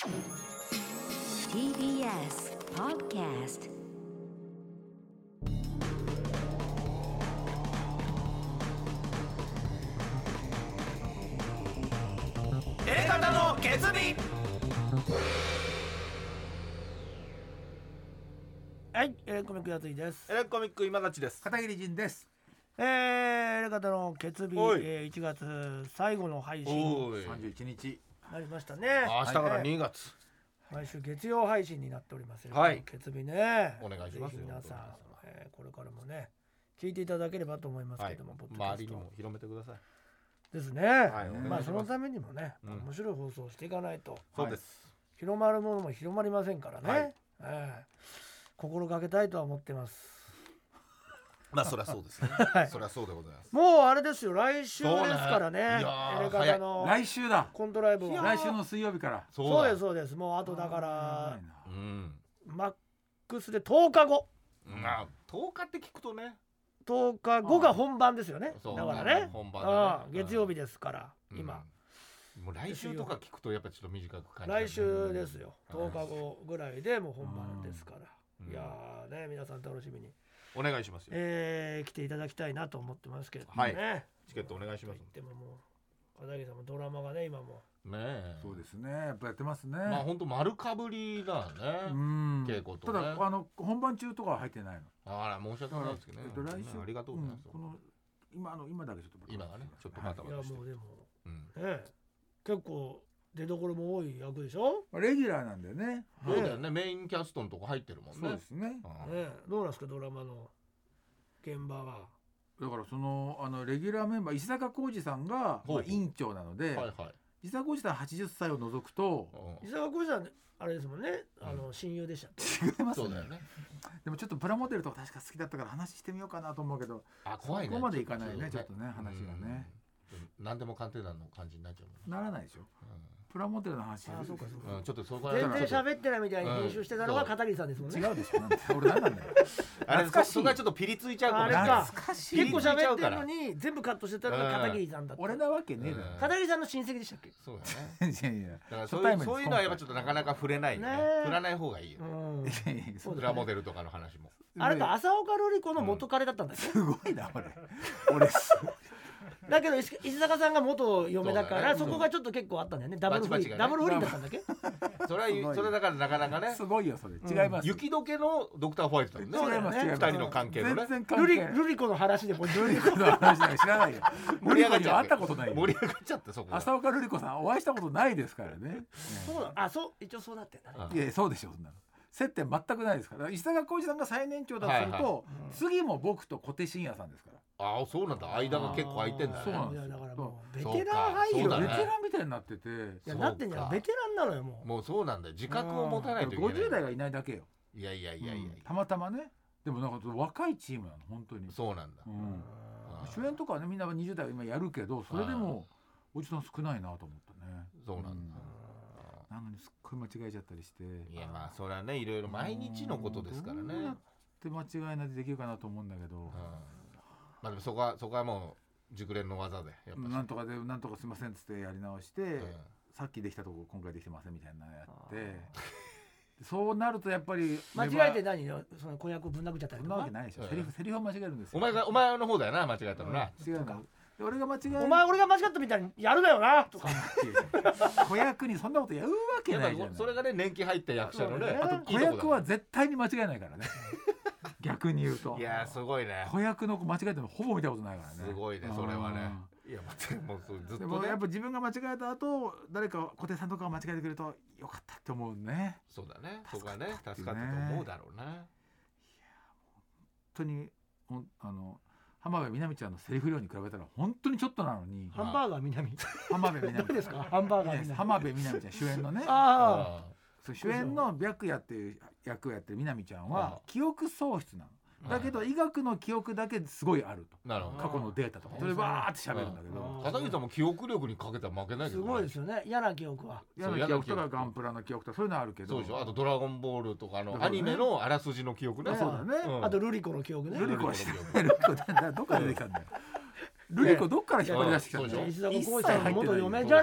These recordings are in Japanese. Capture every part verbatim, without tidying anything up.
ティービーエス Podcast。 エレカタの決意。 はい、エレコミックやついです。 エレコミック今立ちです。 片桐仁です。 えー、エレカタの決日、 おいえー、いちがつ最後の配信おいさんじゅういちにちになりましたね。 明日からにがつ、 毎週月曜配信になっておりますよ、 はい決日ね。 お願いしますよぜひ皆さん本、 えー、これからもね聞いていただければと思いますけども、 はい、 ポッドキャスト周りにも広めてください。 ですね、 はいお願いします。 まあそのためにもね、 うん面白い放送をしていかないとそうです、 広まるものも広まりませんからね、 はいえー、心がけたいとは思ってます。 まあそりゃそうですね、 はいそりゃそうでございます。 もうあれですよ、来週ですからね。 そうねいやーエレカタの来週だ。 コントライブは来週の水曜日からそうですす。 そうです。もうあとだからうんマックスでとおかご、 まあとおかって聞くとね、 とおかごが本番ですよね。 そうだからね、 本番あだねあ月曜日ですから今、 うんもう来週とか聞くとやっぱちょっと短く感じるね。 来週ですよ。とおかごぐらいでもう本番ですから、 うんいやーね、皆さん楽しみに、 お願いしますよ。 えー、来ていただきたいなと思ってますけどもね、 はいチケットお願いします。 でももう片桐さんもドラマがね今もねえ。 そうですね。やっぱやってますね。 まあ本当丸かぶりだうね。 ん。 稽古とねただあの本番中とかは入ってないの。 あら申し訳ないですけどね。 えっと来週ありがとうございますん。この今あの今だけちょっと今がねちょっとはいいやバタバタしてもうでもうんね結構出どころも多い役でしょ。 レギュラーなんだよね。 そうだよね、メインキャストのとこ入ってるもんね。 そうですね。 うんね、どうなんですかドラマの現場は。 だからそのあのレギュラーメンバー石坂浩二さんがほうほうまあ委員長なので、 はいはい。 石坂浩二さんはちじゅっさいを除くとうん伊沢浩司さんあれですもんね、あの親友でしたっけ。 違いますねそうだよ。ね。 でもちょっとプラモデルとか確か好きだったから話してみようかなと思うけど、 あ怖いね。 そこまでいかないねちょっとちょっとね話がね。 うん何でも鑑定団の感じになっちゃうもんね。 ならないでしょ。プラモデルの話。 あそうかそうかうんうんちょっとそこは全然喋ってないみたいに編集してたのがうん片桐さんですもんね。 違うでしょ。なんて俺何なんだよ。 あれ懐かしいそこがちょっとピリついちゃうかもあれしれない。 か懐かしい。 結構喋ってるのに全部カットしてたのが片桐さんだった。 俺なわけねえだろ。 うん片桐さんの親戚でしたっけ。 そうだね。 いやいや。 だからそう初対面ですいうそういうのはやっぱちょっとなかなか触れないよねね。 触らない方がいいようね。 ん。 いやいやそうプラモデルとかの話も。 あれか浅岡瑠璃子の元彼だったんだっけ。 すごいな俺。俺すごい。 だけど石石坂さんが元嫁だからそうだねそこがちょっと結構あったんだよね。ダブル不倫、 バチバチがねダブル不倫だったんだっけ。 それはすごいそれだからなかなかね。 すごいよそれ。違います。 雪解けのドクターホワイトだもんね。 そうだよね違います。 二人の関係のね全然瑠璃関係ない。 瑠璃子の話でもうルリコの話なんか知らないよ。 盛り上がっちゃってルリコには会ったことないよ。 盛り上がっちゃってそこが。 浅岡瑠璃子さんお会いしたことないですからね。 そうだ。あ、そう一応そうなってんだね。 うんいやそうでしょそんなの。接点全くないですから。だから石坂浩二さんが最年長だとすると、 はいはい次も僕と小手伸也さんですから。 ああそうなんだ。間が結構空いてんだね。 そうなんですよいやだからもうベそうテラン俳優そうだねベテランみたいになってて、 いやそうなってんじゃん。 かベテランなのよもう。 もうそうなんだよ。自覚を持たないといけない。 ごじゅう代がいないだけよ。 いやいやいやいやいやうん。たまたまね。でもなんか若いチームなの本当に。 そうなんだう。んあー主演とかはねみんなにじゅう代は今やるけどそれでもおじさん少ないなと思ったね。 そうなんだ。 なのにすっごい間違えちゃったりして。 いやまあそれはねいろいろ毎日のことですからね。 どうやって間違えないでできるかなと思うんだけどうん、まあでもそこはそこはもう熟練の技でやっぱり。 なんとかでなんとかすいませんっつってやり直して、 うんさっきできたとこ今回できてませんみたいなのやってそうなるとやっぱり間違えて何よその子役ぶん殴っちゃったりとかそんなわけ。ないでしょ、 うんセリフセリフを間違えるんですよ。 お前がお前の方だよな間違えたのな。 違うので俺が間違えるお前俺が間違ったみたいにやるなよなとか。 子役にそんなことやるわけやっぱないじゃない。 それがね年季入った役者のね。 そうだねあと子役は絶対に間違えないからね逆に言うといやすごいね。 子役の子間違えてるのほぼ見たことないからね。 すごいねそれはね。いや待ってもうそうずっとねでもやっ。ぱ自分が間違えた後誰か小手さんとかが間違えてくれるとよかったって思うね。 そうだね。そ助こはねかったっていうね助かったと思うだろうな。 本当にほんあの浜辺美波ちゃんのセリフ量に比べたら本当にちょっとなのにハンバーガー南。 浜辺美波誰ですかハンバーガー南。 浜辺美波ちゃん主演のねああ。 そう主演の白夜っていう役をやってる美波ちゃんはああ記憶喪失なのだけど医学の記憶だけすごいあるとなるほど。 過去のデータとかそれバーって喋るんだけどうん片桐さんも記憶力にかけたら負けないけすどね。 ごいですよね。嫌な記憶は。 嫌な記憶とかガンプラの記憶とかそういうのあるけどそうでしょ。あとドラゴンボールとかのだからねアニメのあらすじの記憶ね。 あそうだねうんあとルリコの記憶ね。 ルリコは知ルリコらないルリコだどっから出てきたんだよルリコどっから引っ張り出してきたんだよそうでしょ石坂浩二さんの元嫁じゃない。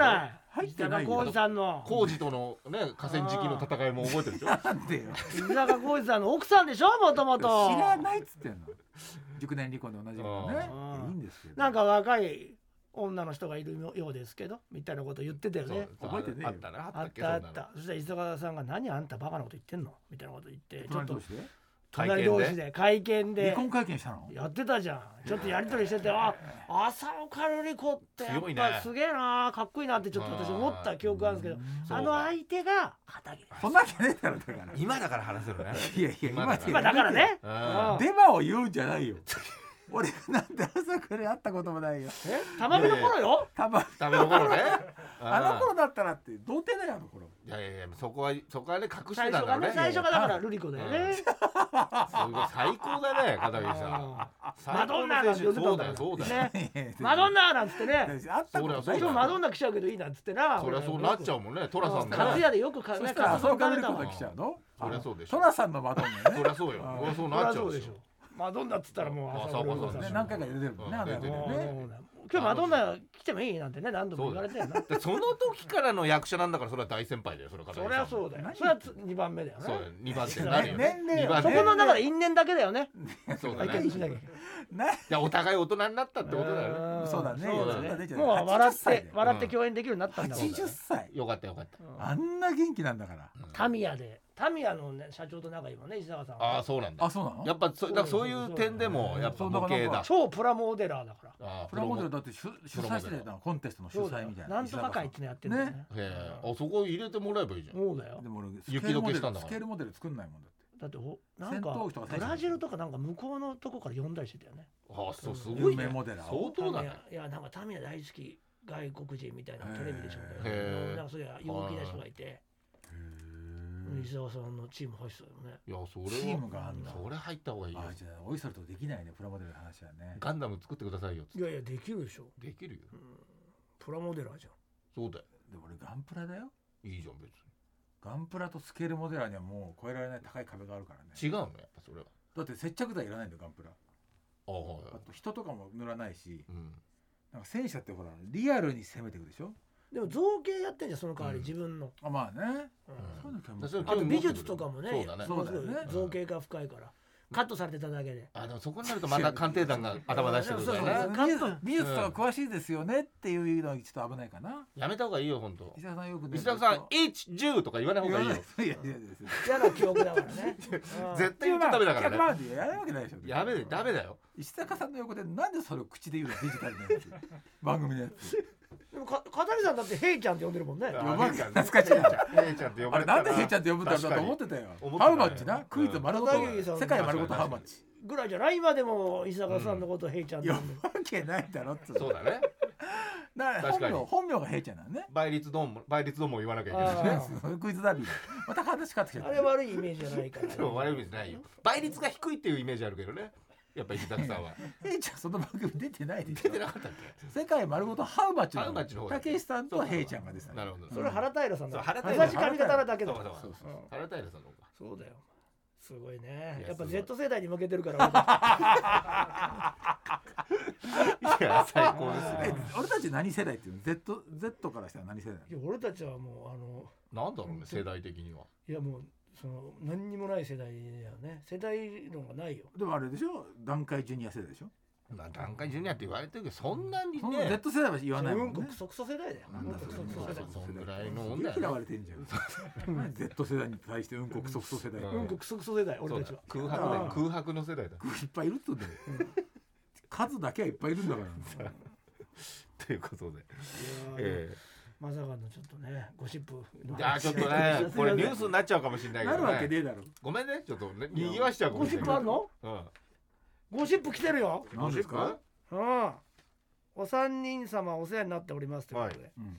入ってないよ石坂浩二さんの浩二とのね河川敷の戦いも覚えてるでしょ。 なんでよ石坂浩二さんの奥さんでしょもともと。 知らないっつってんの熟年離婚で同じことね。 うんいいんですよ。 なんか若い女の人がいるようですけどみたいなこと言ってたよね。 そう覚えてねえよあったなあったあっっけたあった。そしたら石坂さんが何あんたバカなこと言ってんのみたいなこと言ってちょっと隣同士で隣同士で会見で離婚会見したの。 やってたじゃん。ちょっとやり取りしてて、あ、浅岡瑠璃子ってやっ強いねぱすげえな、かっこいいなってちょっと私思った記憶があるんですけど、あの相手が片桐。 そんなわけねえだろだから。 今だから話せるね。 いやいや今今だからね。 うんうんデマを言うんじゃないよ。俺なんて朝倉に会ったこともないよ。 え、玉美の頃よ。 たま食べの頃ね。 あの頃だったらって童貞だよあの頃。 いやいやいやそこはそこはね隠して最初がね、 たんだろうね。 最初がだから瑠璃子だよね。 すごい最高だね片桐さん。 マドンナなんて呼んでたそうんだだよよそうだよ。 ね。マドンナなんつってね。 会ったことそうだよ今日マドンナ来ちゃうけどいいなんつってな。 そりゃそうなっちゃうもんね。トラさんの。 カツヤでよくかね、 そしたらカツ丼浅岡瑠璃食べたもん。 子が来ちゃうの。 そりゃそうでしょトラさんのマドンナね。 そりゃそうよ。そりゃそうなっちゃうでしょ。 マドンナっつったらもうあ浅岡瑠璃子さんそうね何回か出てるもんねあの役で出てるね。 今日マドンナ来てもいいなんてね何度も言われてるな。 でその時からの役者なんだからそれは大先輩だよそれは片そ桐さん。 りゃそうだよ何。 それはにばんめだよね。 そうよにばん手になるよね。 年齢は二番手そこのだから因縁だけだよね。 そうだね。 一回にしなきゃいけない。 ないやお互い大人になったってことだよね。 んそうだねそうだそうだね。 ねもう笑ってはちじゅっさいだよ笑って共演できるようになったんだもん。 はちじゅっさいよかったよかった。 あんな元気なんだから。 タミヤでタミヤのね社長と仲いいもんね石坂さん。 ああそうなんだあ。そうなの。 やっぱそだからそういう点でもやっぱ模型だ。 超プラモデラーだから。 ああプラモデルだって主主催してたのコンテストの主そうだよ催みたいな。 なんとか会ってのやってるんだよね。 へえあそこ入れてもらえばいいじゃん。 そうだよで。も俺スケ雪ールモデル解けしたんだからスケールモデル作んないもんだって。 だってほなん戦か闘機とか最初ブラジルとかなんか向こうのとこから呼んだりしてたよね。 ああそうすご有いね。 名モデラーを。 相当だね。 いやなんかタミヤ大好き外国人みたいなテレビでしょうへね。 えなんかそういう陽気な人がいて、 へ石坂さんのチーム入ってたよね。 いやそれはチームがあんだ。 それ入った方がいいよあ。じゃあおいそれとできないねプラモデルの話はね。 ガンダム作ってくださいよ。 いやいやできるでしょ。 できるよ。 プラモデラーじゃん。 そうだよ。 で俺ガンプラだよ。 いいじゃん別ガンプラとスケールモデラーにはもう越えられない高い壁があるからね。 に。違うのやっぱそれは。 だって接着剤いらないんだよガンプラ。 ああはいあと人とかも塗らないし、 うん。 なんか戦車ってほらリアルに攻めていくでしょ。 でも造形やってんじゃんその代わりうん自分の。 あまあね。 うんそういうの興味だからあと美術とかもね。 そうだねそうだよねもすごい造形が深いから。カットされてただけで。 あでもそこになるとまた鑑定団が頭出してくるからそうそうね。 美術美術とか詳しいですよねっていうのはちょっと危ないかな。 やめた方がいいよ本当。 石田さんよくね石田さんいち、じゅうとか言わない方がいいよ。 いやいやいや嫌な記憶だからね。 絶対言っちゃダメだからね。 ひゃくまんでやるわけないでしょ。 やめダメだよ。 石坂さんの横でなんでそれを口で言うのデジタルのやつ番組のやつ。 でもか片桐さんだってヘイちゃんって呼んでるもんね。 あ呼ばれヘイちゃん懐かしいな。 ヘイちゃんって呼ばれてたあれなんでヘイちゃんって呼ぶんだろうなと思ってたよ。 思ってたねハウマッチなクイズ丸ごと片桐さん世界丸ごとハウマッチ。 ぐらいじゃない今でも石坂さんのことヘイちゃんって呼呼んでる。 ぶわけないだろっつうの。 そうだね。 だから確かに本名本名がヘイちゃんなのね。 倍率ドンも倍率ドンも言わなきゃいけないしね。 あそういうクイズダービーだ。また話変わってきた。 あれ悪いイメージじゃないからね。 でも悪い意味じゃないよ。倍率が低いっていうイメージあるけどね。やっぱ石田さんはヘイちゃんその番組出てないでしょ。 出てなかったっ世界丸ごとハウマッチのハウマッチの方だたけしさんとヘイちゃんがですね。 け？なるほど。 それ原平さんだ。 そう原平同じ髪型なだけだ。 そうそうそうそううん原平さんの方か。 そうだよ。すごいねい。ややっぱすごい Z 世代に向けてるから俺たいや最高ですえね。 俺たち何世代っていうの Z, Z からしたら何世代なのちいや俺たちはもうあのなんだろうね世代的には。 いやもうその何にもない世代だよね。世代論がないよ。 でもあれでしょ段階ジュニア世代でしょまあ段階ジュニアって言われてるけどそんなにそんなね。 Z 世代は言わないもんねうんこクソクソ世代だよ。 なんだそれうんこクソクソ世代。 そんぐらいのもんだよね嫌われてんじゃん何 Z 世代に対してうんこクソクソ世代うんうんこクソクソ世代そうだ俺たちは。 空白だよ空白の世代だ。 いっぱいいるっつうんだよ数だけはいっぱいいるんだからということで。 いやーえまさかのちょっとねゴシップのえ。いやちょっとねこれニュースになっちゃうかもしれないけなるわけどね。 ねえだろごめんねちょっとねにぎわしちゃうかもゴシしれない。 ップあんの？ うん。 ゴシップ来てるよ。 何ですかうん。お三人様お世話になっておりますということで。 うん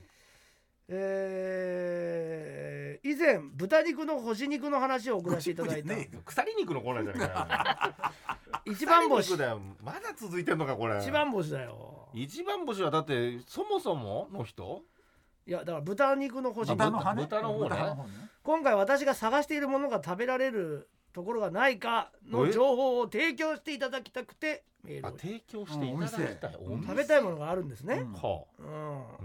えー以前豚肉の干し肉の話を送らせていただいたゴシップじゃねえよ鎖肉のコーナーじゃないかよ。 一番星鎖肉だよ。まだ続いてんのかこれ。 一番星だよ。 一番星はだってそもそもの人？ いやだから豚肉の干し肉。 豚の羽豚の方ね豚の方ね今回私が探しているものが食べられるところがないかの情報を提供していただきたくてメールを。 あ提供していただきたい。 うんお店お店食べたいものがあるんですね。 うんはうんあ。うん。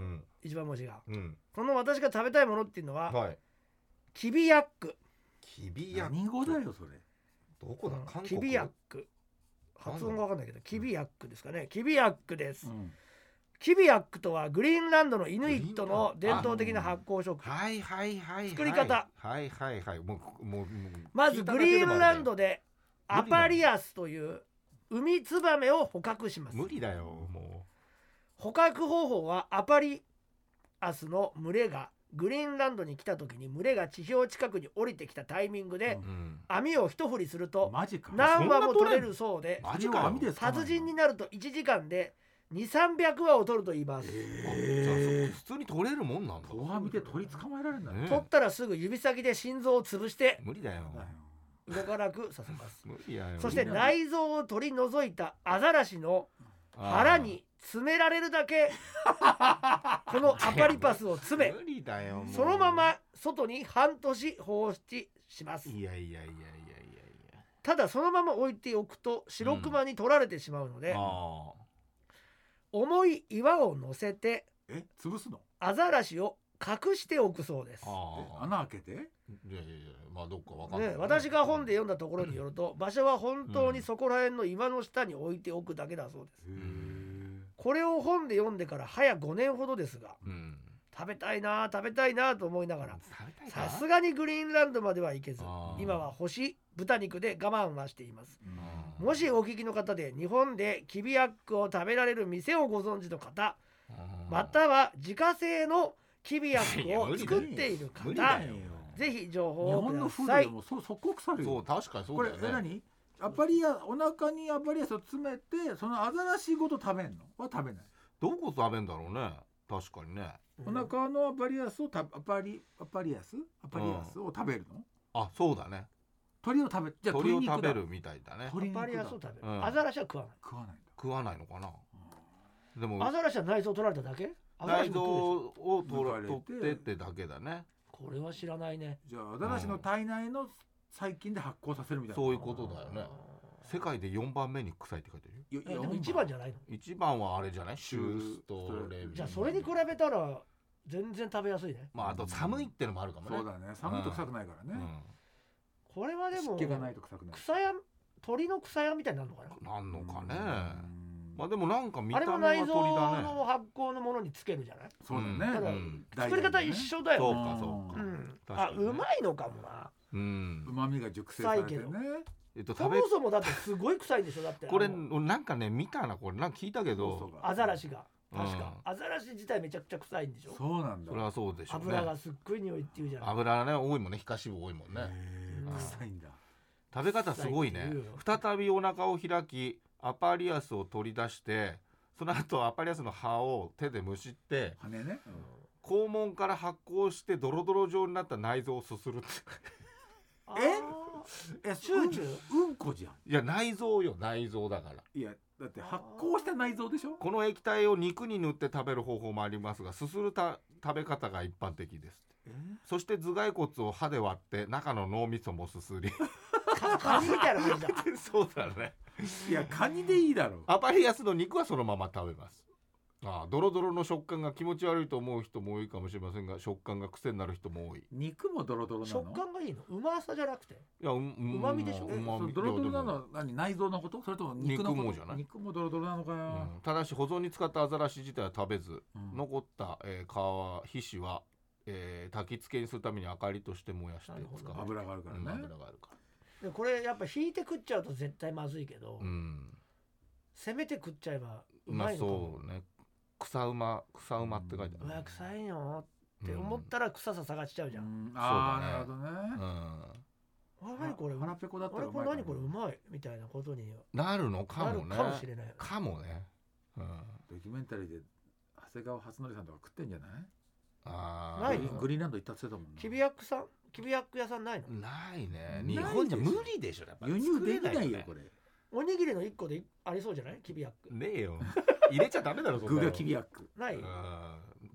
一番星が。 うんこの私が食べたいものっていうのは、 はいキビヤック。 キビヤック何語だよそれ。 どこだ韓国キビヤック。発音が分かんないけどキビヤックですかね。キビヤックです、 うん、 キビヤックとはグリーンランドのイヌイットの伝統的な発酵食品。 はいはいはいはい作り方はいはいはいもうもうもうまずグリーンランドでア無理だよパリアスというウミツバメを捕獲します。 無理だよも捕獲方法はアパリアスの群れがグリーンランドに来た時に群れが地表近くに降りてきたタイミングでう、うん、 網を一振りするとマジか。 何羽も取れるそうで、 マジかよ網で捕まえるの達人になるといちじかんでにせんさんびゃくわを取ると言います、 あじゃあそ普通に取れるもんなんだ遠網で鳥捕まえられるんだね。 ね取ったらすぐ指先で心臓を潰して無理だよ動かなくさせます無理だよそして内臓を取り除いたアザラシの腹に詰められるだけこのアパリパスを詰め無理だよもうそのまま外に半年放置しますいやいやいやいやいやいただそのまま置いておくと白クマに取られてしまうので、 やあ重い岩を乗せてえ潰すの？ アザラシを隠しておくそうです、 あああ穴開けて？ いやいやいやまあどっかわかんないね、私が本で読んだところによると場所は本当にそこら辺の岩の下に置いておくだけだそうです。 へえ。 これを本で読んでから早ごねんほどですがうん食べたいな食べたいなと思いながら食べたいかさすがにグリーンランドまでは行けずあー今は干し豚肉で我慢はしています。 うんもしお聞きの方で日本でキビヤックを食べられる店をご存知の方または自家製のキビヤックを作っている無理方だよぜひ情日報を本のください。 フードでもそう速攻腐るそうよ。 確かにそこれうだよねえ何？アパリアお腹にアパリアスを詰めてそのアザラシごと食べんの？は食べない。 どこ食べんだろうね確かにねお腹のアパリアスをたアパリアパリアスアパリアスを食べるの？ あそうだね鳥を食べじゃあ鳥を肉だ食べるみたいだね鶏肉だアパリアスを食べる、 うんアザラシは食わない。 食わないんだ。 食わないのかなでもアザラシは内臓取られただけ？アザラシ内臓も食うでしょを取ら抜かれて取ってってだけだねこれは知らないね。 じゃあアザラシの体内の細菌で発酵させるみたいな。 そういうことだよね世界でよんばんめに臭いって書いてるよいやいやでも一番じゃないの？ 一番はあれじゃないシューストレミじゃあそれに比べたら全然食べやすいね。 まああと寒いってのもあるかもねそうだね。寒いと臭くないからね。 これはでも湿気がないと臭くない。 草屋鳥の草屋みたいになるのかな。 うんなんのかねうんまあでもなんか見あたれも内臓目は鳥だねの発酵のものにつけるじゃない。 そうだね。 ただうん作り方一緒だそうよね。 かそうかうん、 確かにねあうまいのかもな。 うん旨味が熟成されてね臭いけ。そえっと食べもそもだってすごい臭いんでしょだって。 これあのなんかね見たなこれなんか聞いたけそうどそうアザラシが確か、 うアザラシ自体めちゃくちゃ臭いんでしょ。 そうなんだ。 それはそうでしょうね油がすっごい匂いっていうじゃない。 油ね多いもんね皮下脂肪多いもんねへーうん臭いんだ。 食べ方すごいね臭いって言うよ再びお腹を開きアパリアスを取り出してその後アパリアスの葉を手でむしって羽ね。 肛門から発酵してドロドロ状になった内臓をすするってあえ、 チューチューうんうんこじゃん。 いや内臓よ内臓だからいやだって発酵した内臓でしょ。 この液体を肉に塗って食べる方法もありますがすするた食べ方が一般的ですえそして頭蓋骨を歯で割って中の脳みそもすすりーカニみたいな感じだ。 そうだねいやカニでいいだろう。 アパリアスの肉はそのまま食べますああドロドロの食感が気持ち悪いと思う人も多いかもしれませんが食感が癖になる人も多い肉もドロドロなの。 食感がいいの？うまさじゃなくて。 いやう旨味でしょえうまみそのドロドロなのいやは何内臓のことそれとも肉のこと肉もじゃない肉もドロドロなのかよ、 でもうんただし保存に使ったアザラシ自体は食べず、 うん残った、えー、皮皮脂は、えー、焚き付けにするために明かりとして燃やしてなるほど使う油があるからね、 うん油があるかでこれやっぱ引いて食っちゃうと絶対まずいけど、 らうんせめて食っちゃえばうまあまいのかも。 そうね草馬草馬って書いてある、 うわ臭いのって思ったら臭さ探しちゃうじゃん。 うんああなるほどね、 うん、 あ何これ腹ペコだったあれこれらうまいかも何これうまいみたいなことになるのかなるもねかもしれない。 かもね、うん、 ドキュメンタリーで長谷川初則さんとか食ってんじゃない？ あないーグリーンランド行ったって言ってたもんな。 キビヤックさんキビヤック屋さんないの？ ないねない日本じゃ無理でしょやっぱ輸入できないよ作れこれ。 おにぎりのいっこでありそうじゃない？キビヤックねえよ入れちゃダメだろそんなの具がキビヤック。 ない。 うん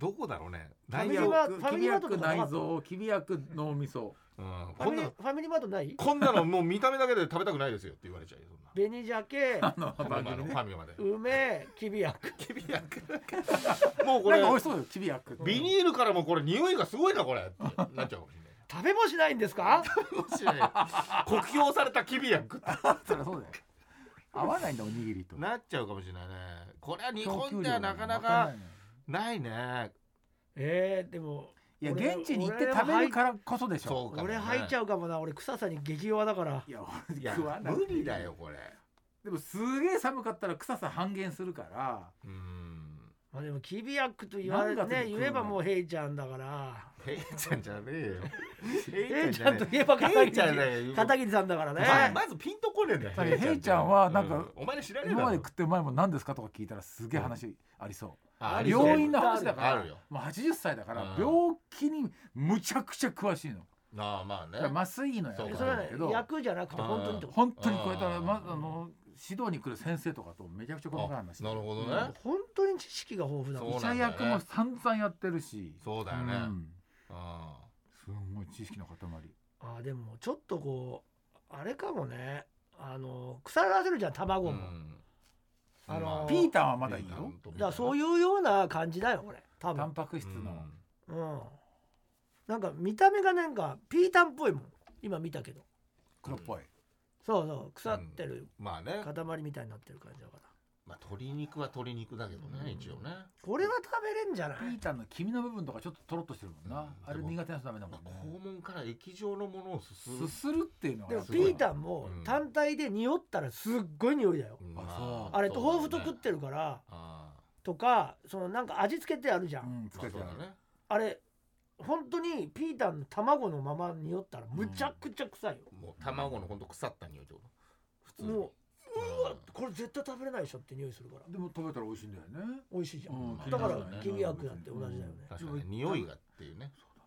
どこだろうね。 ファ内容、 ミリーマートきびやく内ファミリーマートとかなかった臓きびやく脳みそうん、 ファミリーこんなファミリーマートないこんなのもう見た目だけで食べたくないですよって言われちゃうよ。そんな紅鮭あのファミマのフ番組ねァミマで梅きびやくきびやくもうこれなんか美味しそうよきびやくビニールからもこれ匂いがすごいなこれってなっちゃうかもしれない。 食べもしないんですかもしない酷評されたきびやくってそりゃそうだよ合わないんだおにぎりとなっちゃうかもしれないね。これは日本供給量がではなかなわかんいねないね。 えー、でもいや俺現地に行って食べるからこそでしょそうかもね。 俺入っちゃうかもな。俺臭さに激弱だからいやいや俺食わなくていい無理だよこれ。 でもすげえ寒かったら臭さ半減するからうーん。 まあでもきびやくと言われてね何月に来るの言えばもうヘイちゃんだからヘイちゃんじゃねえよ。 ヘイちゃんといえば片ヘイち桐ゃんだよ。 片桐さんだからねままずピンとこねえんだよ。 だからヘイちゃんはなんかうお前に知らねえだろ。 今まで食ってうまいもん何ですかとか聞いたらすげえ話ありそうあありそう病院の話だからあるよ。 もうはちじゅっさいだからうん病気にむちゃくちゃ詳しいのああまあね。 だから麻酔のやつそうかそれはねなんだけど役じゃなくて本当にってこと本当にこれたらあーまあの指導に来る先生とかとめちゃくちゃ細かい話してなるほどね。 本当に知識が豊富だもんそう医者役も散々やってるしそうだよね。 うんあすごい知識の塊あーでもちょっとこうあれかもねあの腐らせるじゃんあ。 卵も、 うんあのーピータンはまだいいよだからそういうような感じだよこれ多タン分パク質のうんなんか見た目がなんかピータンっぽいもん今見たけど黒っぽいそうそう腐ってるまあね。 塊みたいになってる感じだからまあ鶏肉は鶏肉だけどね一応ね。 これは食べれんじゃないピータンの黄身の部分とかちょっととろっとしてるもんなうんあれでも苦手な人ダメだもまあんね肛門から液状のものをすする。 すするっていうのでもがすごいピータンもうん単体で匂ったらすっごい匂いだよ、 うんあまそうあれ豆腐とそうだね食ってるからあとかそのなんか味付けってあるじゃん、 うんあまあつけてあるそうだね。 あれ本当にピータンの卵のまま匂ったらむちゃくちゃ臭いよ、 もう卵のほんと腐った匂いちょうど。普通に。 もううわうんこれ絶対食べれないでしょって匂いするからでも食べたら美味しいんだよね美味しいじゃん、 うんだから気になるよねきびやくだって同じだよね、 確かに匂いがっていうね。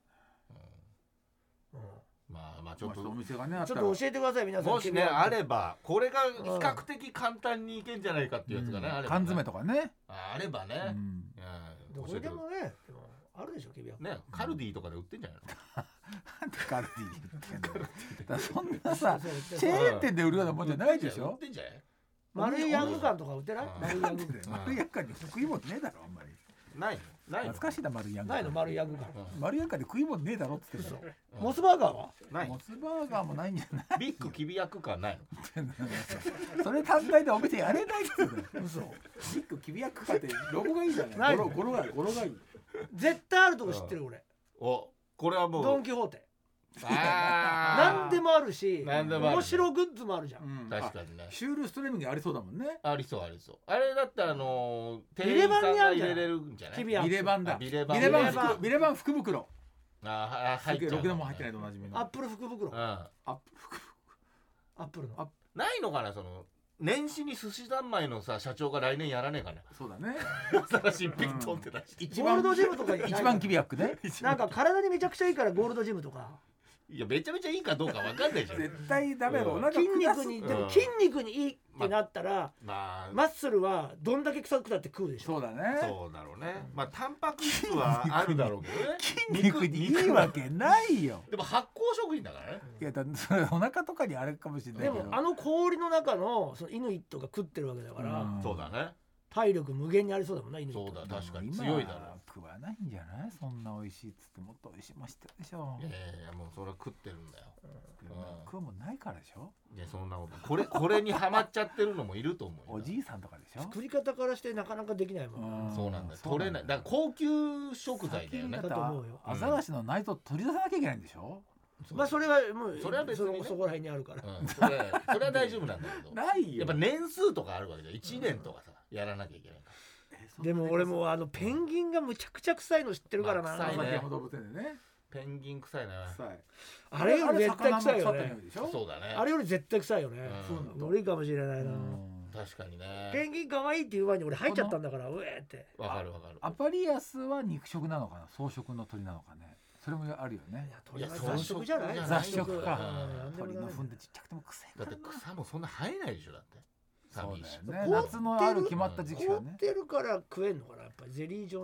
うんまあまあちょっとちょっとお店がねあったらちょっと教えてください皆さんもしねきびやくあればこれが比較的簡単にいけんじゃないかっていうやつがね、 うんあればね缶詰とかねああればね、 うんうんどこで教えてくもねでもあるでしょきびやくねカルディとかで売ってんじゃないの。 なんでカルディ言ってんのだからそんなさそうそうチェーン店で売るようなもんじゃないでしょ売ってんじゃない。 丸いヤング感とか売ってないうん丸いヤングなんでだよ丸いヤンカンに食い物ねえだろあんまりないのないの懐かしいな丸いヤンカンないの丸いヤング感うん丸いヤンカンで食い物ねえだろっつってんだろうんモスバーガーはないモスバーガーもないんじゃないビッグきびやく感ないの。 それ単体でお店やれないっつってんだよ嘘ビッグきびやくかってロゴがいいじゃなないい語呂語呂がいい語呂がいい絶対あるとこ知ってる俺おこれはもうドン・キホーテあ何でもあるし何でもある面白グッズもあるじゃんうん確かにねあシュールストレミングありそうだもんねありそうありそうあれだってあのービレバンにあるじゃん店員さんが入れれるんじゃない。 きびやビレバンだあビレバンビレバンビレバン福ビレバン福袋あ入っちゃうろくでも入ってないとおなじみのアップル福袋うんアップ福アップルのあないのかなその年始に寿司三昧のさ社長が来年やらねえかな。 そうだね新しいピントンって出して、 一ゴールドジムとかにない一番きびやくねなんか体にめちゃくちゃいいからゴールドジムとかいやめちゃめちゃいいかどうかわかんないじゃん。 絶対ダメだろうんお腹筋下す肉にうんでも筋肉にいいってなったらまあ、 マッスルはどんだけ臭くたって食うでしょそうだねそうだろうね。まあタンパク質はあるだろうけどね。 筋肉にいいわけないよでも発酵食品だからね。 いやだそれお腹とかにあれかもしれないけどでもあの氷の中のそのイヌイットが食ってるわけだから、 うんそうだね。 体力無限にありそうだもんなイヌイッそうトだ確かに今強いだろ食わないんじゃないそんな美味しいっつってもっと美味しいもん知ってるでしょう。いやいやいやもうそれは食ってるんだよ。 食うもんないからでしょいやそんなことこれこれにハマっちゃってるのもいると思うよ。 おじいさんとかでしょ作り方からしてなかなかできないもん、 そうなんだよ。取れない。だから高級食材だよねだ。と思うよアザラシの内臓取り出さなきゃいけないんでしょそうまあそれはもうそれは別にねそそこら辺にあるから、 うん、それそれは大丈夫なんだけど。 ないよやっぱ年数とかあるわけじゃん。いちねんとかさやらなきゃいけないかでも俺もあのペンギンがむちゃくちゃ臭いの知ってるからな、 まあ臭いね山動物園でねら。ペンギン臭いね。 臭いあれより絶対臭いよあれ魚の腐ったね匂いでしょそうだね。 あれより絶対臭いよね、 うんそうなんだ無理かもしれないな、 うん確かにね。 ペンギン可愛いって言う前に俺入っちゃったんだからうえーってわかるわかる。 アパリアスは肉食なのかな草食の鳥なのかねそれもあるよね鳥はや雑食じゃない雑食かうん鳥のなんでもない糞でちっちゃくても臭いだってからな草もそんな生えないでしょだって。 そう寂しいしだよね夏のある決まった時期はね凍ってるから食えんのかなやっぱりゼリー状なのかなちょ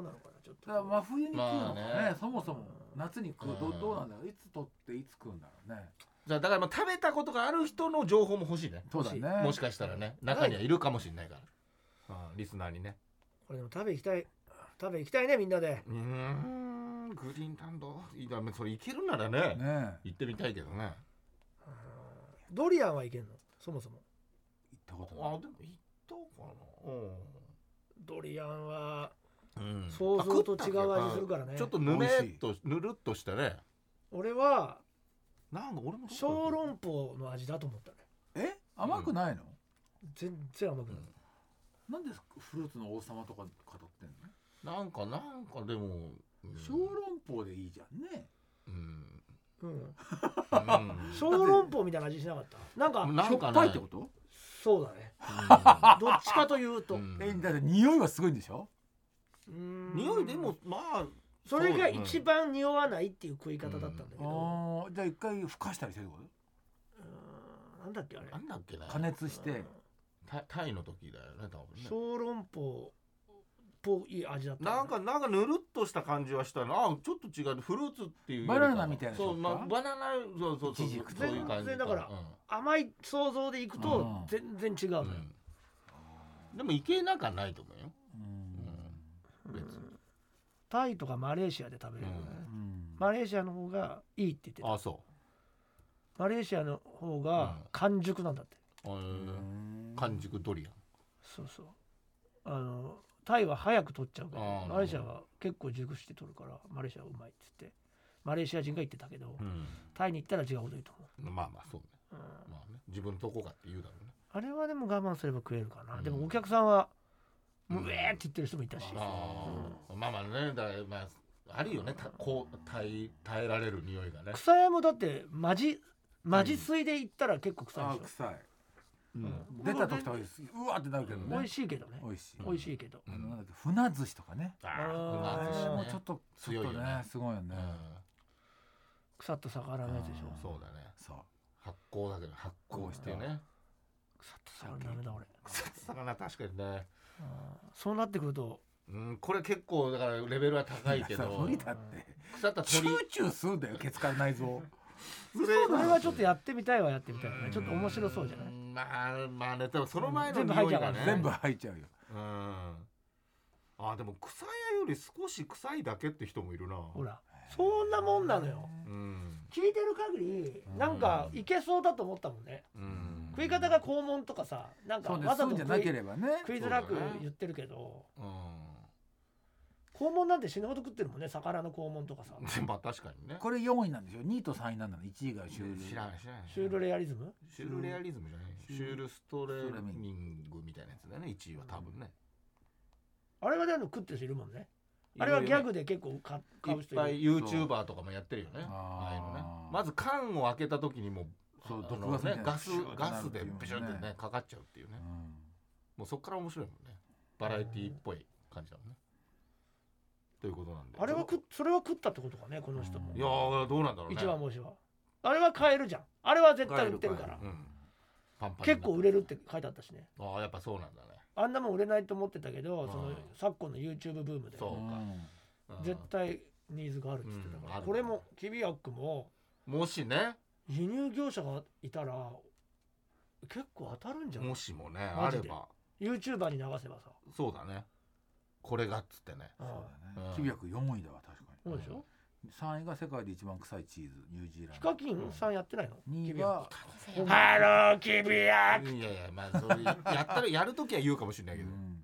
ょっとだから真冬に食うのかね,、 まあねそもそも夏に食うどうんどうなんだろういつ取っていつ食うんだろうね。 じゃあだからまあ食べたことがある人の情報も欲しいね。 そうだねもしかしたらね中にはいるかもしれないから、うん、リスナーにね。 これでも食べ行きたい食べ行きたいねみんなで。 うーんグリーンタンドいやそれいけるならねね行ってみたいけどね。 ドリアンはいけんのそもそも。 行ったことない。 あでも行ったかドリアンはな。うん想像と違う味するからね。 ちょっとぬめっとぬるっとしてね。 俺はなんか俺も小籠包の味だと思ったね。 え甘くないの、 全然甘くない。 なんでフルーツの王様とか語ってんの。 なんかなんかでも、うん小籠包でいいじゃんね。 うんうん。 うん小籠包みたいな味しなかった。なんかなんかねしょっぱいってこと。 そうだね。どっちかというと、 うんえだって匂いはすごいんでしょ。 うーん匂いでもまあそれがそう一番匂わないっていう食い方だったんだけど、 ああじゃあ一回ふかしたりしてるってこうーんなんだっけあれなんだっけなと。加熱してタタイの時だよね多分ね。 小籠包っぽい味だったなんかなんかぬるっとした感じはしたな。あちょっと違うフルーツっていうよりかバナナみたいなそう、まあ、 食感バナナそうそうそうイチジクそういう感じ全然だからうん甘い想像でいくとうん全然違うのよ、 うんでもいけなかないと思うよ。 うん別にタイとかマレーシアで食べれるよね、 うんマレーシアの方がいいって言ってた。 あそマレーシアの方うんが完熟なんだって。 う。えうーん完熟ドリアン。 そうそうあのタイは早く取っちゃうけどあーマレーシアは結構熟して取るからマレーシアはうまいっつってマレーシア人が言ってたけど、 うんタイに行ったら違うこと言うと思まあまあそうね。 う、うんまあね自分のとこかって言うだろうね。 あれはでも我慢すれば食えるかな、 うんでもお客さんはうんもううえーって言ってる人もいたし、 ああ、まあまあねだからまああるよねたこう耐え耐えられる匂いがね。 草屋もだってマジマジ水で行ったら結構臭いでしょ、 あ臭い。 うん出た時とかうわってなるけどね。 美味しいけどね美味しい。 美味しいけど、 うんあのなんだっけ船寿司とかね。 ああーあうまいあれもねちょっと強いよねちょっとねすごいよね。 腐った魚のやつでしょあーそうだね。 そう。 発酵だけど発酵してね。 腐った魚ダメだ俺、 魚確かにね。 うんそうなってくるとうんこれ結構だからレベルは高いけいやど無理だって。 腐ったチュ鳥ーチューするんだよケツから内臓。 それそれはちょっとやってみたいはやってみたいよねちょっと面白そうじゃない、 んまあまあねでもその前の全部匂いがね入っちゃうから全部入っちゃうよ。 うんあでも草屋より少し臭いだけって人もいるな。 ほらそんなもんなのようん聞いてる限りなんかいけそうだと思ったもんね、 うん食い方が肛門とかさなんかそうねわざとそうじゃな食いければね。 食いづらくそうだね言ってるけどうん肛門なんて死ぬほど食ってるもんね魚の肛門とかさまあ確かにね。 これよんいなんでしょ。にいとさんいなんだの。いちいがシュール。 知らない知らない。 シュールレアリズムシュールレアリズムじゃない。 シュールシュールストレーニングみたいなやつだよね。いちいは多分ね。 あれはでも食ってる人いるもんねあれはギャグで結構買買う人いるいっぱい YouTuber とかもやってるよね。 あーああいうのね。まず缶を開けた時にもうそうあ毒ガスみたいなのねガスシューってなるガスでっていうもんねペシュってねかかっちゃうっていうね。もうそっから面白いもんね。バラエティーっぽい感じだもんね。ということなんで。 あれは食っそれは食ったってことかねこの人もいやーどうなんだろうね。 一番星はあれは買えるじゃんあれは絶対売ってるからうん。パンパンにな結構売れるって書いてあったしねああやっぱそうなんだね。 あんなもん売れないと思ってたけどそのうん昨今の YouTube ブームでそうかうん絶対ニーズがあるっつってたから、 うんあるこれもキビアックももしね輸入業者がいたら結構当たるんじゃないもしもねマジであれば YouTuber に流せばさそうだね。これがっつってね。 ああうんキビアクよんいだわ確かに。 そうでしょさんいが世界で一番臭いチーズニュージーランヒド。 カキンさんやってないのにいキビアッはクハローキビアックいやいやまあそれやったらやるときは言うかもしれないけど。 うん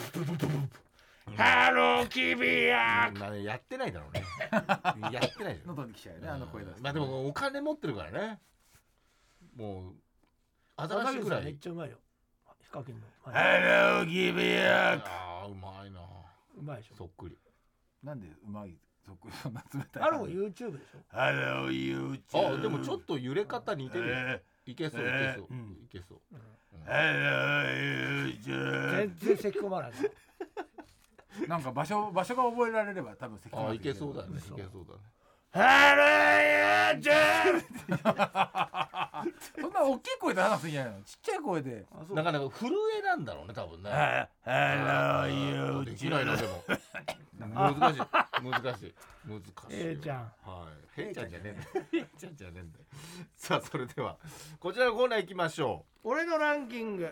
ハローキビアックまあやってないだろうね。やってないじゃん。 喉に来ちゃうよねあの声出すと。 まあでもお金持ってるからね。もうアザラシぐらい。 めっちゃうまいよヒカキンのハローギビアああうまいな。 うまいでしょそっくり。 なんでうまいそこそんな冷たい。 あれも YouTube でしょハロー YouTube。 あでもちょっと揺れ方似てるよ。いけそういけそううんいけそう。 ハロー YouTube。 全然咳込まないなんか場所場所が覚えられれば多分咳あいけそうだね。いけ嘘そうだね。 ハロー YouTube そんな大きい声で話すんじゃないの、ちっちゃい声で。 あそうなかなか震えなんだろうね多分ね。 ああできないなでも難しい難しい難しい。 えーちゃんはいへいちゃんじゃねえんだよへいちゃんじゃねえんだよ。さあそれではこちらのコーナー行きましょ俺のランキング、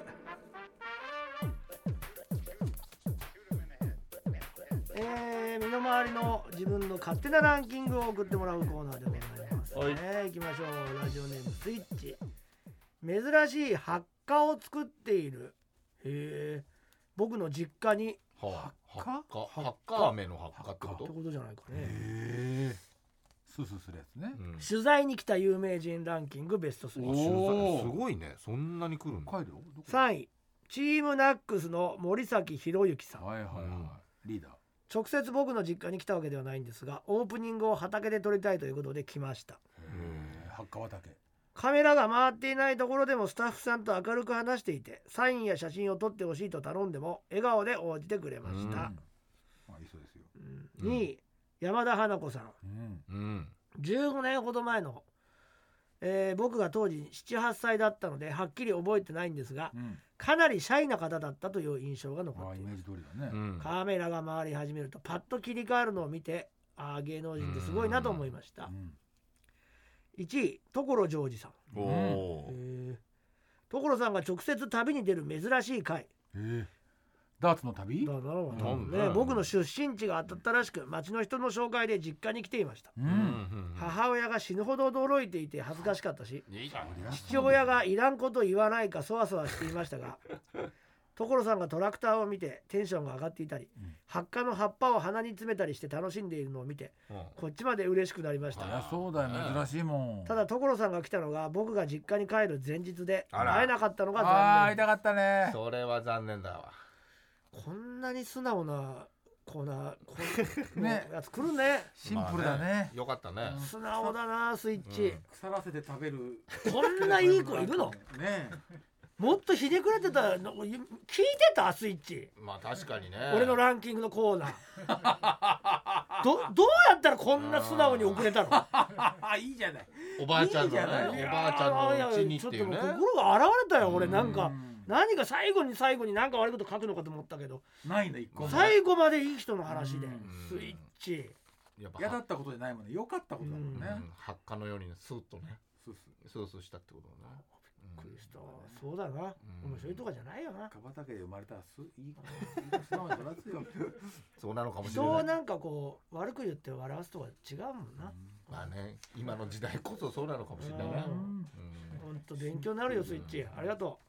えー、身の回りの自分の勝手なランキングを送ってもらうコーナーでございます、 はいね、行きましょう。ラジオネームスイッチ。珍しい発火を作っている、へえ、僕の実家にう。はあ、 発発火発火飴の発火ってこってと。 ことじゃないかね。 へえスースーするやつね。 うん取材に来た有名人ランキングベストスリー。 取材おーすごいねそんなに来るんだ。 北海道どこさんいチームナックスの森崎博之さん。 はいはいはい、 うんリーダー。 直接僕の実家に来たわけではないんですが、オープニングを畑で撮りたいということで来ました。 へー八川岳。 カメラが回っていないところでもスタッフさんと明るく話していて、サインや写真を撮ってほしいと頼んでも笑顔で応じてくれました。 うんまあいいそうですよ。 うんにい山田花子さん。 うんうんじゅうごねんほど前の、えー僕が当時ななはっさいだったのではっきり覚えてないんですが、 うんかなりシャイな方だったという印象が残ああイメーっています。 ジ通りだね。 うんカメラが回り始めるとパッと切り替わるのを見て、ああ芸能人ってすごいなと思いました。 うんいちい所ジョージさん。 おおーえー所さんが直接旅に出る珍しい回えーダーツの旅。 だなろうなんだね、僕の出身地が当たったらしく、町の人の紹介で実家に来ていました。 ううんん母親が死ぬほど驚いていて恥ずかしかったし、 いいじゃん。 父親がいらんこと言わないかそわそわしていましたが所さんがトラクターを見てテンションが上がっていたり、 うん発火の葉っぱを鼻に詰めたりして楽しんでいるのを見て、 うんこっちまで嬉しくなりましそりた。 ゃそうだよ珍しいもん。 ただ所さんが来たのが僕が実家に帰る前日であら会えなかったのが残念。 ああ痛かったね。 それは残念だわ。 こんなに素直なコーナーこんねやつ来るね。 シンプルだね。 よかったね。 素直だなスイッチ、 腐らせて食べる。 こんないい子いるの？ ねもっとひねくれてたの聞いてたスイッチ、 まあ確かにね。 俺のランキングのコーナーどどうやったらこんな素直に送れたの？ あいいじゃない。 おばあちゃんのいいじゃないね、おばあちゃんのうちにっていうね。 ちょっともう心が現れたよ俺。なんかうん何か最後に最後に何か悪いこと書くのかと思ったけど、 ないの一個も。 最後までいい人の話でうんスイッチ。 やっぱ嫌だったことじゃないもんね。良かったことだもんね。 うん発火のようにスーッとね、 そうスースーしたってことだね。 びっくりした。そうだな、面白いとかじゃないよな。 カバタケで生まれたらすいいいい子素直に育つよ。 そうなのかもしれない。 人をなんかこう悪く言って笑わすとか違うもんな。 まあね、今の時代こそそうなのかもしれないね。 うんうんほんと勉強になるよスイッチ、ありがと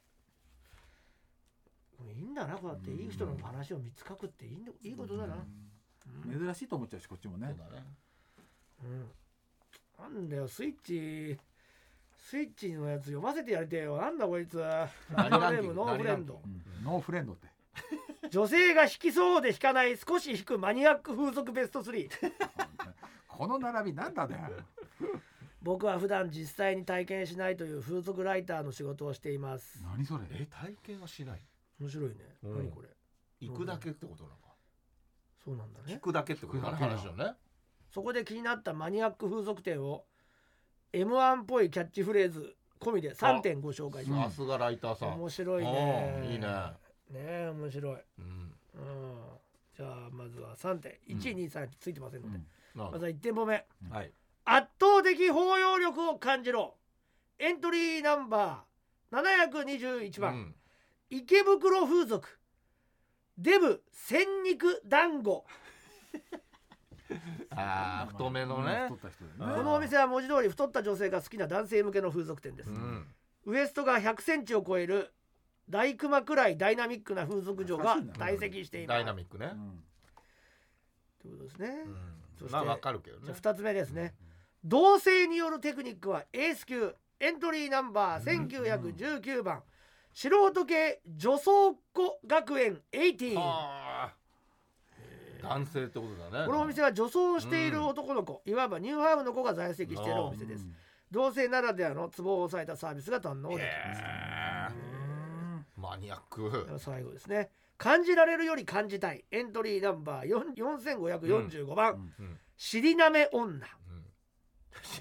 う。いいんだな、こうやっていい人の話をみっつ書くっていいんだいいことだな。うん珍しいと思っちゃうしこっちもねそう。だね。 うん、なんだよスイッチスイッチのやつ読ませてやりてえよ。なんだこいつ。ラジオネームノーフレンド。 うんノーフレンドって。 女性が引きそうで引かない少し引くマニアック風俗ベストスリー。 この並びなんだだよ。 僕は普段実際に体験しないという風俗ライターの仕事をしています。 何それ。 え、体験はしない。 面白いね。 うん何これ。 行くだけってことなのか。 そうなんだね。 聞くだけってことだね。 聞くだけだ話だね。 そこで気になったマニアック風俗店を エムワン っぽいキャッチフレーズ込みでさんてんご紹介しまさすがライターす。 さん。 面白いうんね。 いいね。 ねえ面白い。 うん。 うん。じゃあまずはさんてんいちいにさんついてませんので、 なまずはいってんめ目。 はい。 圧倒的包容力を感じろ。エントリーナンバーななひゃくにじゅういちばん、 うん池袋風俗デブ千肉団子。 ああ、太めのね太。った人うんだよね。 このお店は文字通り太った女性が好きな男性向けの風俗店です、 うん。 ウエストがひゃくセンチを超える大熊くらいダイナミックな風俗嬢が在籍しています。 ダイナミックね。 ということですね、 うんそしてまあわかるけどねじゃあ。ふたつめですね、同性によるテクニックはエース級。エントリーナンバーせんきゅうひゃくじゅうきゅうばん、素人系女装っ子学園じゅうはち。 はあ。男性ってことだね。 このお店は女装をしている男の子、いわばニューハーフの子が在籍しているお店です。同性ならではのツボを押さえたサービスが堪能できます。 へーマニアック。 では最後ですね、感じられるより感じたい。エントリーナンバーよんせんごひゃくよんじゅうごばん、 うん尻なめ女。 うんお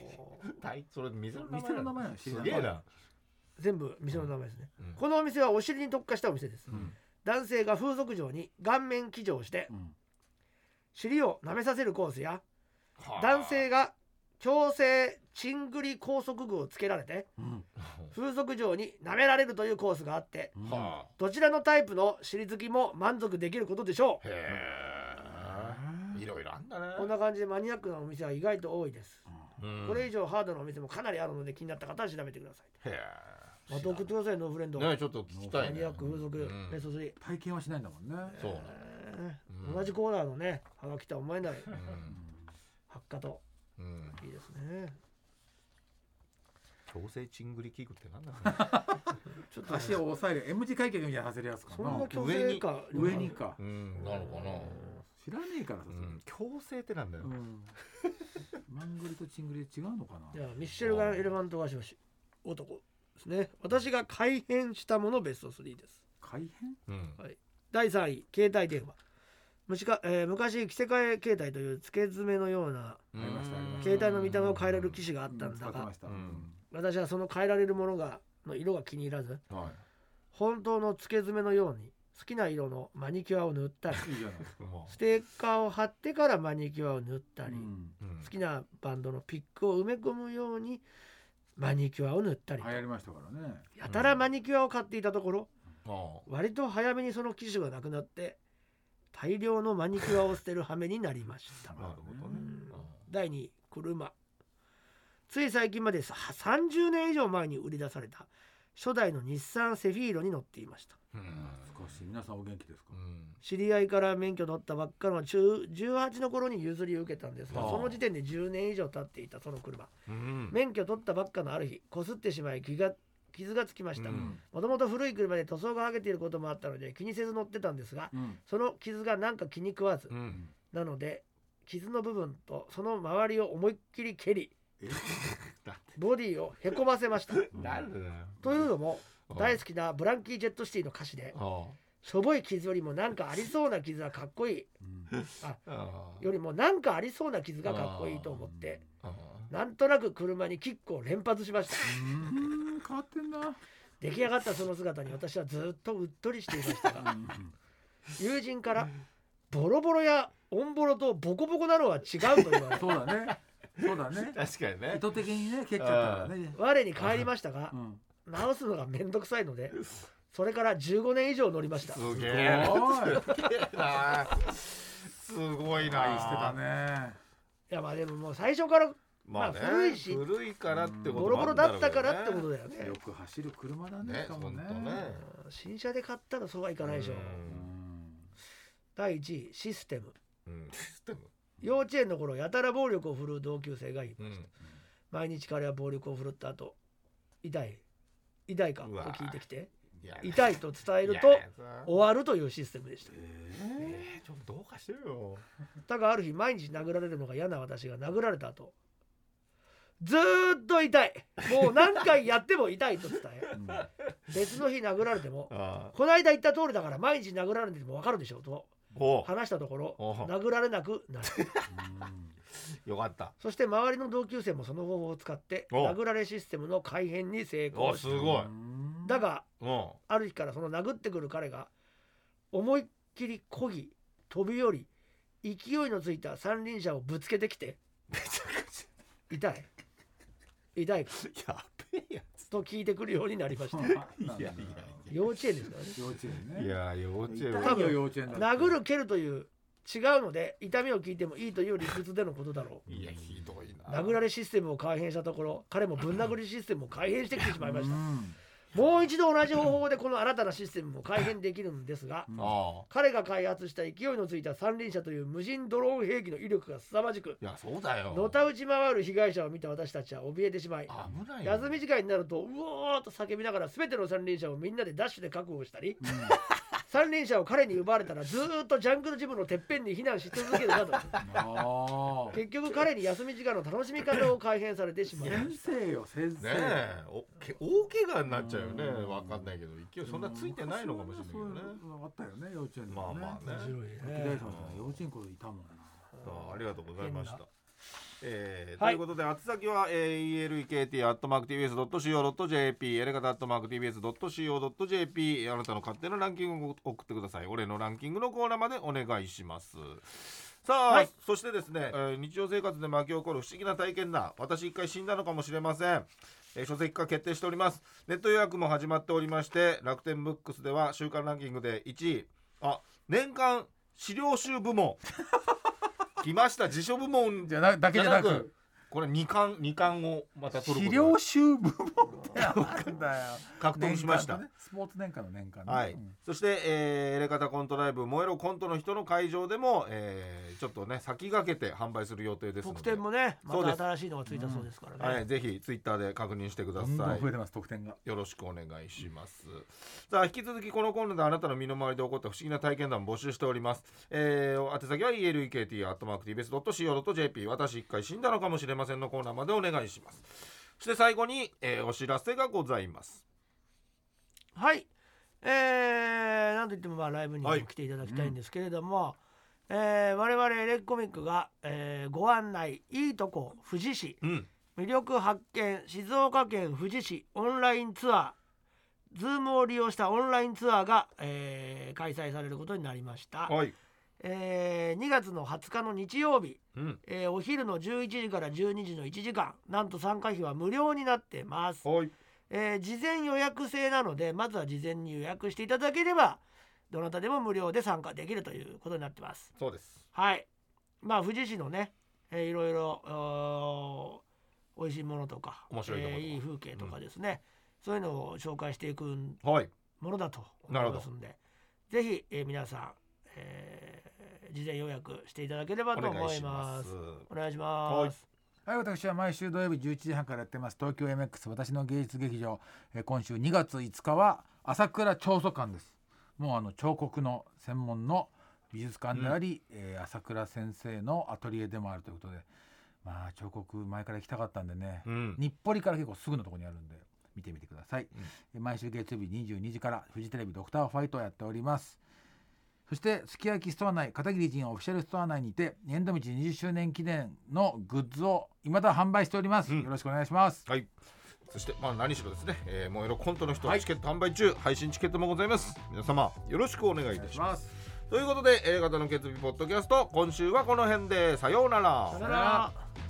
大それ店の名前店の名前なのすげえな、 全部店の名前ですね、 うんこのお店はお尻に特化したお店です、 うん男性が風俗嬢に顔面騎乗してうん尻を舐めさせるコースや、 はあ男性が強制チングリ拘束具をつけられてうん風俗嬢に舐められるというコースがあって、 うんはどちらのタイプの尻好きも満足できることでしょあ、へえいろいろあんだねう。こんな感じでマニアックなお店は意外と多いです、 うんこれ以上ハードなお店もかなりあるので気になった方は調べてください。 へまた送ってくださいノーフレンド、 えねちょっと聞きたいねマニアック風俗、 うんベストスリー、 体験はしないんだもんね。 そうねえーうん同じコーナーのねはがきとは思えないうん発火とうんいいですね。 強制チングリ器具ってなんだろちょっとね足を押さえる M 字開脚みたいなさせるやつかな。 そんな強制か上にかううんなのかな知らねえからさ、 うん強制ってなんだようんマングリとチングリ違うのかな。 じゃあミッシェルガン・エレファント・ワシワシ男ですね。私が改変したものベストスリーです。 改変うんだいさんい携帯電話むしか、えー昔着せ替え携帯という付け爪のようなありましたありました携帯の見た目を変えられる機種があったんだが、 使ってました。 うん私はその変えられるものがの色が気に入らずは本当の付け爪のように好きな色のマニキュアを塗ったりいいじゃないですか。 いもステッカーを貼ってからマニキュアを塗ったり、 うんううん好きなバンドのピックを埋め込むようにマニキュアを塗ったり流行りましたからね。 やたらマニキュアを買っていたところあ割と早めにその機種がなくなって大量のマニキュアを捨てる羽目になりましたあなるほどねうんだいにい車つい最近までささんじゅうねん以上前に売り出された初代の日産セフィーロに乗っていました。 うん少し皆さんお元気ですか。 うん知り合いから免許取ったばっかの中じゅうはちの頃に譲り受けたんですがああその時点でじゅうねん以上経っていたその車うん免許取ったばっかのある日こすってしまい気が傷がつきました。 うんもともと古い車で塗装が剥げていることもあったので気にせず乗ってたんですがうんその傷がなんか気に食わずうんなので傷の部分とその周りを思いっきり蹴りえだボディをへこませました。 なんでだよというのも大好ききなブランキー・ジェット・シティの歌詞であしょぼい傷よりもなんかありそうな傷はかっこいいうんああよりもなんかありそうな傷がかっこいいと思ってあなんとなく車にキックを連発しました。 うん変わってんな。 出来上がったその姿に私はずっとうっとりしていましたが友人からボロボロやオンボロとボコボコなのは違うと言われそうだね。そうだね。 確かにね意図的にね蹴っちゃったからね。 我に返りましたがうん直すのがめんどくさいのでそれからじゅうごねん以上乗りました。 すげすごいえなすごいな愛してたね。 いやまあでももう最初からまあねまあ古いし古いからってことボロボロだったからってとことだよねよ。く走る車だね。 ねしかもね。 ほんとねうん新車で買ったらそうはいかないでしょ。 うんだいいちいシステムうんシステム幼稚園の頃やたら暴力を振るう同級生がいました。 うん毎日彼は暴力を振るった後痛い痛いかとうわ聞いてきていや痛いと伝えるといや終わるというシステムでした。 えーちょっとどうかしてるよだがある日毎日殴られるのが嫌な私が殴られた後ずーっと痛いもう何回やっても痛いと伝えうん別の日殴られてもあこの間言った通りだから毎日殴られても分かるでしょとお話したところお殴られなくなる。 よかったそして周りの同級生もその方法を使ってお殴られシステムの改変に成お功した。 すごいうんだがうんある日からその殴ってくる彼が思いっきり漕ぎ飛び降り勢いのついた三輪車をぶつけてきてめちゃくち痛い痛いかゃやべえやと聞いてくるようになりました。 いやいや幼稚園ですからね。 幼稚園ね。 いや幼稚園痛はいよ幼稚園だって。 殴る蹴るという違うので痛みを聞いてもいいという理屈でのことだろう。 いやひどいな殴られシステムを改変したところ彼もぶん殴りシステムを改変してきてしまいました。 うんもう一度同じ方法でこの新たなシステムも改変できるんですがああ彼が開発した勢いのついた三輪車という無人ドローン兵器の威力が凄まじくいやそうだよのたうち回る被害者を見た私たちは怯えてしまい危ないよ休み時間になるとうおーっと叫びながら全ての三輪車をみんなでダッシュで確保したり三輪車を彼に奪われたらずーっとジャングルジムのてっぺんに避難し続けるなどああ結局彼に休み時間の楽しみ方を改変されてしまいま先した。 生よ先生。 ねえおけ大怪我になっちゃうよねうんわかんないけど勢いそんなついてないのかもしれないけどねそういうのあったよね幼稚園でもね。 まあまあね面白い歴代ね。 さんとか幼稚園頃いたもんな。 あありがとうございましたえーはいということで宛先は、えー、イーエルイーケーティー アットマーク ティービーエス ドット シーオー ドット ジェーピー エレガタ アットマーク ティービーエス ドット シーオー ドット ジェーピー あなたの勝手なランキングを送ってください。俺のランキングのコーナーまでお願いします。さあ、 はいそしてですね、えー日常生活で巻き起こる不思議な体験談、私一回死んだのかもしれません。えー書籍化決定しております。ネット予約も始まっておりまして、楽天ブックスでは週間ランキングでいちい、あ、年間資料集部門来ました。辞書部門じゃなだけじゃなくこれにかんにかんをまた取る資ことが料集部門ってなんだよ獲得しました、 年間ねスポーツ年間の年間ね、 はいうんそして、えーエレカタコントライブ燃えろコントの人の会場でも、えーちょっとね先駆けて販売する予定ですので、 特典もねまそうですた新しいのがついたそうですからね、 はい、ぜひツイッターで確認してくだどんどさい。 ん増えてます得点が。 よろしくお願いします。さあ引き続きこのコーナーであなたの身の回りで起こった不思議な体験談を募集しております。えー、宛先は イーエルイーケーティー アットマーク ティービーエス ドット シーオー ドット ジェーピー 私一回死んだのかもしれませんのコーナーまでお願いします。そして最後に、えーお知らせがございます。 はい、えー、なんといってもまあライブにもはい来ていただきたいんですけれども、えー我々エレコミックが、えーご案内いいとこ富士市うん魅力発見静岡県富士市オンラインツアーズームを利用したオンラインツアーが、えー開催されることになりました、 はい、 えーにがつのはつかの日曜日、 うんえーお昼のじゅういちじからじゅうにじのいちじかんなんと参加費は無料になってます、 はい、 えー事前予約制なのでまずは事前に予約していただければどなたでも無料で参加できるということになってます。 そうです。 はい、まあ富士市のね、えーいろいろおー美味しいものとか面白いところとかえーいい風景とかですね、そういうのを紹介していくはい、 ものだと思いますんでぜひ、えー皆さん、えー事前予約していただければおと思い願いしまますす。お願いします。 はいはい、私は毎週土曜日じゅういちじはんからやってます東京 エムエックス 私の芸術劇場、えー今週にがついつかは朝倉彫塑館です。もうあの彫刻の専門の美術館であり、えー朝倉先生のアトリエでもあるということで、まあ彫刻前から行きたかったんでね、 うん日暮里から結構すぐのところにあるんで見てみてください、えー毎週月曜日にじゅうにじからフジテレビドクターファイトをやっております。そしてすき焼きストア内片桐仁オフィシャルストア内にて年度道にじゅっしゅうねん記念のグッズを未だ販売しております、 うんよろしくお願いします。 はい。そしてまあ何しろですね、えー、燃えろコントの人、 はいチケット販売中、配信チケットもございます。皆様よろしくお願いいたしま。 お願いしますす。 ということで、映画の決意ポッドキャスト今週はこの辺でさようなら。 さよなら。